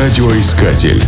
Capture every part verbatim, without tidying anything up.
Радиоискатель.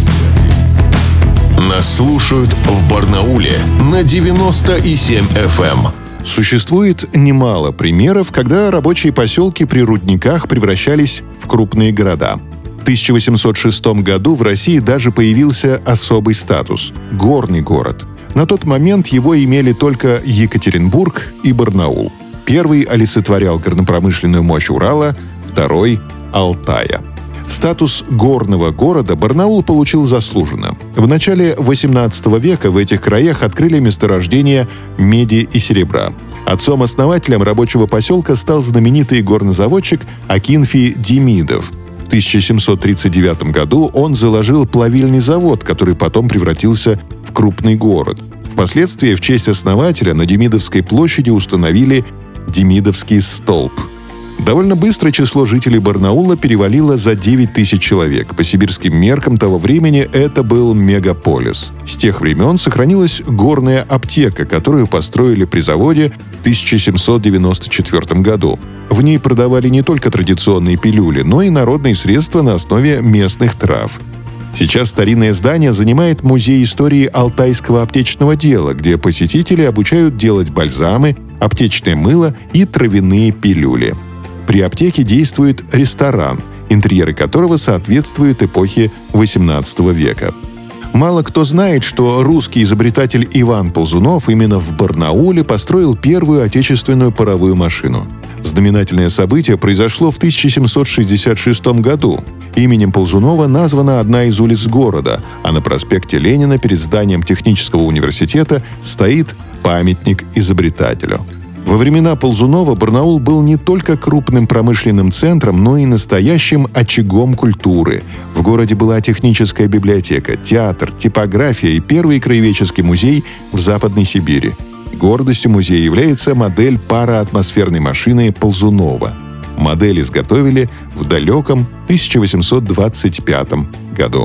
Нас слушают в Барнауле на девяносто и семь эф эм. Существует немало примеров, когда рабочие поселки при рудниках превращались в крупные города. В тысяча восемьсот шестом году в России даже появился особый статус – горный город. На тот момент его имели только Екатеринбург и Барнаул. Первый олицетворял горнопромышленную мощь Урала, второй – Алтая. Статус горного города Барнаул получил заслуженно. В начале восемнадцатого века в этих краях открыли месторождения меди и серебра. Отцом-основателем рабочего поселка стал знаменитый горнозаводчик Акинфий Демидов. В тысяча семьсот тридцать девятом году он заложил плавильный завод, который потом превратился в крупный город. Впоследствии в честь основателя на Демидовской площади установили Демидовский столб. Довольно быстро число жителей Барнаула перевалило за девять тысяч человек. По сибирским меркам того времени это был мегаполис. С тех времен сохранилась горная аптека, которую построили при заводе в тысяча семьсот девяносто четвёртом году. В ней продавали не только традиционные пилюли, но и народные средства на основе местных трав. Сейчас старинное здание занимает Музей истории алтайского аптечного дела, где посетители обучают делать бальзамы, аптечное мыло и травяные пилюли. При аптеке действует ресторан, интерьеры которого соответствуют эпохе восемнадцатого века. Мало кто знает, что русский изобретатель Иван Ползунов именно в Барнауле построил первую отечественную паровую машину. Знаменательное событие произошло в тысяча семьсот шестьдесят шестом году. Именем Ползунова названа одна из улиц города, а на проспекте Ленина перед зданием технического университета стоит памятник изобретателю. Во времена Ползунова Барнаул был не только крупным промышленным центром, но и настоящим очагом культуры. В городе была техническая библиотека, театр, типография и первый краеведческий музей в Западной Сибири. Гордостью музея является модель пароатмосферной машины Ползунова. Модель изготовили в далеком тысяча восемьсот двадцать пятом году.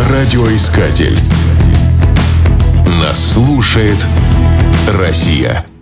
Радиоискатель. Нас слушает Россия.